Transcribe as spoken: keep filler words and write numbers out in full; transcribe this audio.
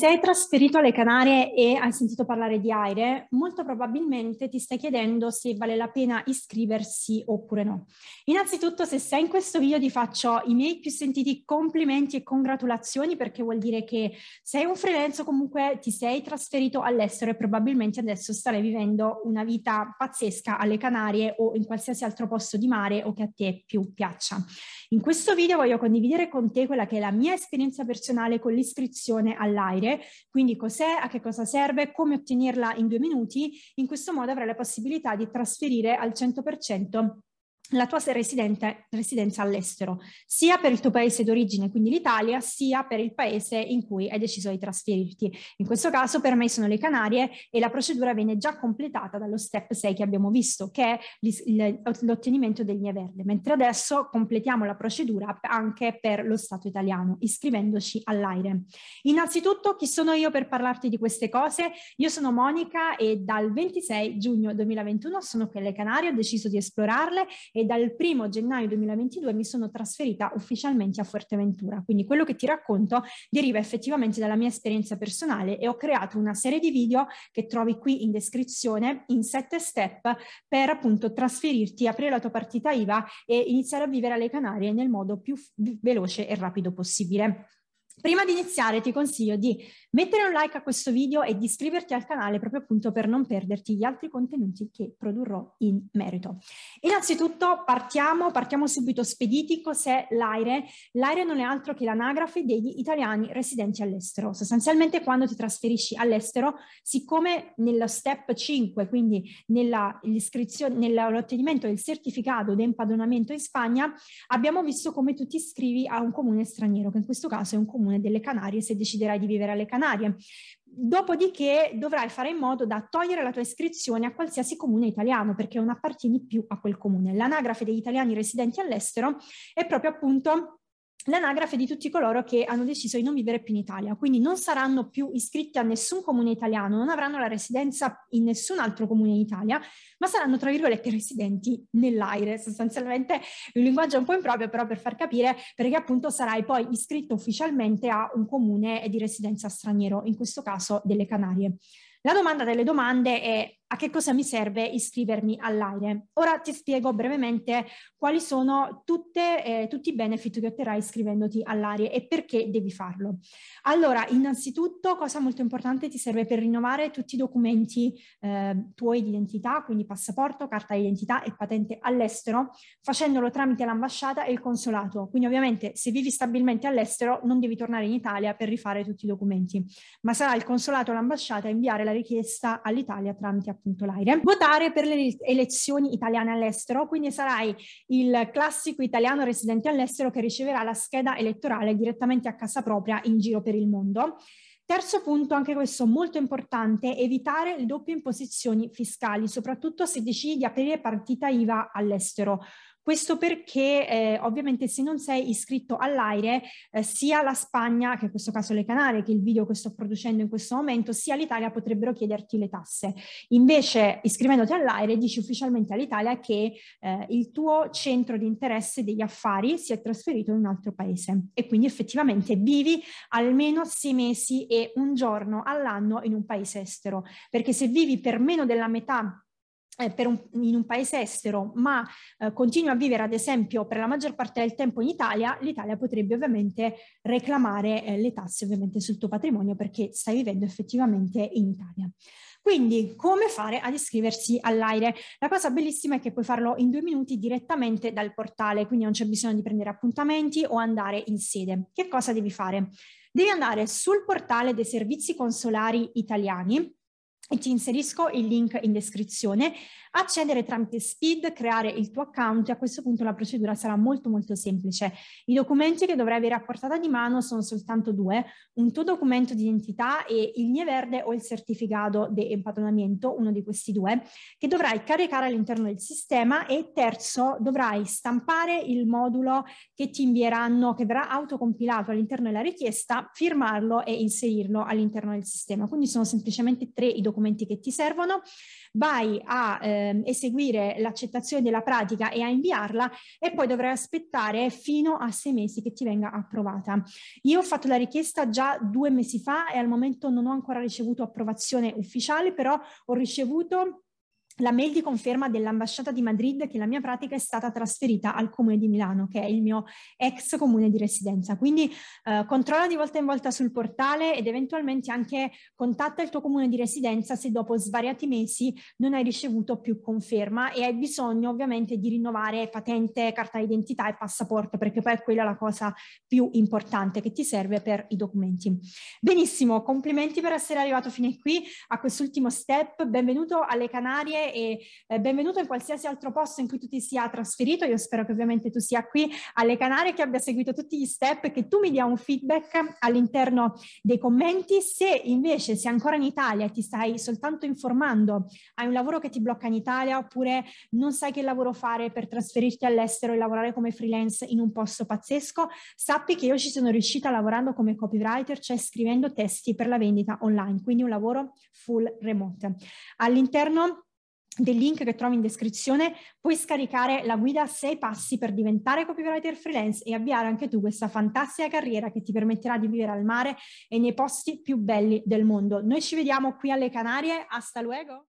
sei trasferito alle Canarie e hai sentito parlare di AIRE, molto probabilmente ti stai chiedendo se vale la pena iscriversi oppure no. Innanzitutto, se sei in questo video ti faccio i miei più sentiti complimenti e congratulazioni, perché vuol dire che sei un freelance o comunque ti sei trasferito all'estero e probabilmente adesso starai vivendo una vita pazzesca alle Canarie o in qualsiasi altro posto di mare o che a te più piaccia. In questo video voglio condividere con te quella che è la mia esperienza personale con l'iscrizione all'AIRE, quindi cos'è, a che cosa serve, come ottenerla in due minuti. In questo modo avrai la possibilità di trasferire al cento per cento la tua residenza all'estero, sia per il tuo paese d'origine, quindi l'Italia, sia per il paese in cui hai deciso di trasferirti. In questo caso per me sono le Canarie e la procedura viene già completata dallo step sei che abbiamo visto, che è l'ottenimento del Gne Verde, mentre adesso completiamo la procedura anche per lo Stato italiano, iscrivendoci all'AIRE. Innanzitutto, chi sono io per parlarti di queste cose? Io sono Monica e dal ventisei giugno duemilaventuno sono qui alle Canarie, ho deciso di esplorarle e dal primo gennaio duemilaventidue mi sono trasferita ufficialmente a Fuerteventura. Quindi quello che ti racconto deriva effettivamente dalla mia esperienza personale e ho creato una serie di video che trovi qui in descrizione in sette step per appunto trasferirti, aprire la tua partita I V A e iniziare a vivere alle Canarie nel modo più veloce e rapido possibile. Prima di iniziare ti consiglio di mettere un like a questo video e di iscriverti al canale proprio appunto per non perderti gli altri contenuti che produrrò in merito. Innanzitutto partiamo, partiamo subito spediti. Cos'è l'AIRE? L'AIRE non è altro che l'anagrafe degli italiani residenti all'estero. Sostanzialmente quando ti trasferisci all'estero, siccome nello step cinque, quindi nell'ottenimento del certificato di impadronamento in Spagna, abbiamo visto come tu ti iscrivi a un comune straniero, che in questo caso è un comune delle Canarie se deciderai di vivere alle Canarie. Dopodiché dovrai fare in modo da togliere la tua iscrizione a qualsiasi comune italiano perché non appartieni più a quel comune. L'anagrafe degli italiani residenti all'estero è proprio appunto l'anagrafe di tutti coloro che hanno deciso di non vivere più in Italia, quindi non saranno più iscritti a nessun comune italiano, non avranno la residenza in nessun altro comune in Italia, ma saranno tra virgolette residenti nell'AIRE. Sostanzialmente il linguaggio è un po' improprio, però per far capire, perché appunto sarai poi iscritto ufficialmente a un comune di residenza straniero, in questo caso delle Canarie. La domanda delle domande è: a che cosa mi serve iscrivermi all'AIRE? Ora ti spiego brevemente quali sono tutte, eh, tutti i benefit che otterrai iscrivendoti all'AIRE e perché devi farlo. Allora, innanzitutto, cosa molto importante, ti serve per rinnovare tutti i documenti eh, tuoi di identità, quindi passaporto, carta d'identità e patente all'estero, facendolo tramite l'ambasciata e il consolato. Quindi ovviamente se vivi stabilmente all'estero non devi tornare in Italia per rifare tutti i documenti, ma sarà il consolato o l'ambasciata a inviare la richiesta all'Italia tramite appunto l'AIRE. Votare per le elezioni italiane all'estero, quindi sarai il classico italiano residente all'estero che riceverà la scheda elettorale direttamente a casa propria in giro per il mondo. Terzo punto, anche questo molto importante, evitare le doppie imposizioni fiscali, soprattutto se decidi di aprire partita I V A all'estero. Questo perché eh, ovviamente se non sei iscritto all'AIRE, eh, sia la Spagna, che in questo caso le Canarie, che è il video che sto producendo in questo momento, sia l'Italia potrebbero chiederti le tasse. Invece iscrivendoti all'AIRE dici ufficialmente all'Italia che eh, il tuo centro di interesse degli affari si è trasferito in un altro paese e quindi effettivamente vivi almeno sei mesi e un giorno all'anno in un paese estero, perché se vivi per meno della metà Eh, per un, in un paese estero, ma eh, continui a vivere ad esempio per la maggior parte del tempo in Italia, l'Italia potrebbe ovviamente reclamare eh, le tasse ovviamente sul tuo patrimonio perché stai vivendo effettivamente in Italia. Quindi come fare ad iscriversi all'AIRE? La cosa bellissima è che puoi farlo in due minuti direttamente dal portale, quindi non c'è bisogno di prendere appuntamenti o andare in sede. Che cosa devi fare? Devi andare sul portale dei servizi consolari italiani e ti inserisco il link in descrizione, accedere tramite SPID, creare il tuo account e a questo punto la procedura sarà molto molto semplice. I documenti che dovrai avere a portata di mano sono soltanto due: un tuo documento di identità e il Gne Verde o il certificato di impadronamento, uno di questi due, che dovrai caricare all'interno del sistema, e terzo, dovrai stampare il modulo che ti invieranno, che verrà autocompilato all'interno della richiesta, firmarlo e inserirlo all'interno del sistema. Quindi sono semplicemente tre i documenti che ti servono. Vai a eh, eh, eseguire l'accettazione della pratica e a inviarla, e poi dovrai aspettare fino a sei mesi che ti venga approvata. Io ho fatto la richiesta già due mesi fa e al momento non ho ancora ricevuto approvazione ufficiale, però ho ricevuto la mail di conferma dell'ambasciata di Madrid che la mia pratica è stata trasferita al comune di Milano, che è il mio ex comune di residenza. Quindi eh, controlla di volta in volta sul portale ed eventualmente anche contatta il tuo comune di residenza se dopo svariati mesi non hai ricevuto più conferma e hai bisogno ovviamente di rinnovare patente, carta d'identità e passaporto, perché poi è quella la cosa più importante che ti serve per i documenti. Benissimo, complimenti per essere arrivato fino a qui, a quest'ultimo step. Benvenuto alle Canarie e eh, benvenuto in qualsiasi altro posto in cui tu ti sia trasferito. Io spero che ovviamente tu sia qui alle Canarie, che abbia seguito tutti gli step, che tu mi dia un feedback all'interno dei commenti. Se invece sei ancora in Italia e ti stai soltanto informando, hai un lavoro che ti blocca in Italia oppure non sai che lavoro fare per trasferirti all'estero e lavorare come freelance in un posto pazzesco, sappi che io ci sono riuscita lavorando come copywriter, cioè scrivendo testi per la vendita online, quindi un lavoro full remote. All'interno del link che trovi in descrizione puoi scaricare la guida sei passi per diventare copywriter freelance e avviare anche tu questa fantastica carriera che ti permetterà di vivere al mare e nei posti più belli del mondo. Noi ci vediamo qui alle Canarie, hasta luego!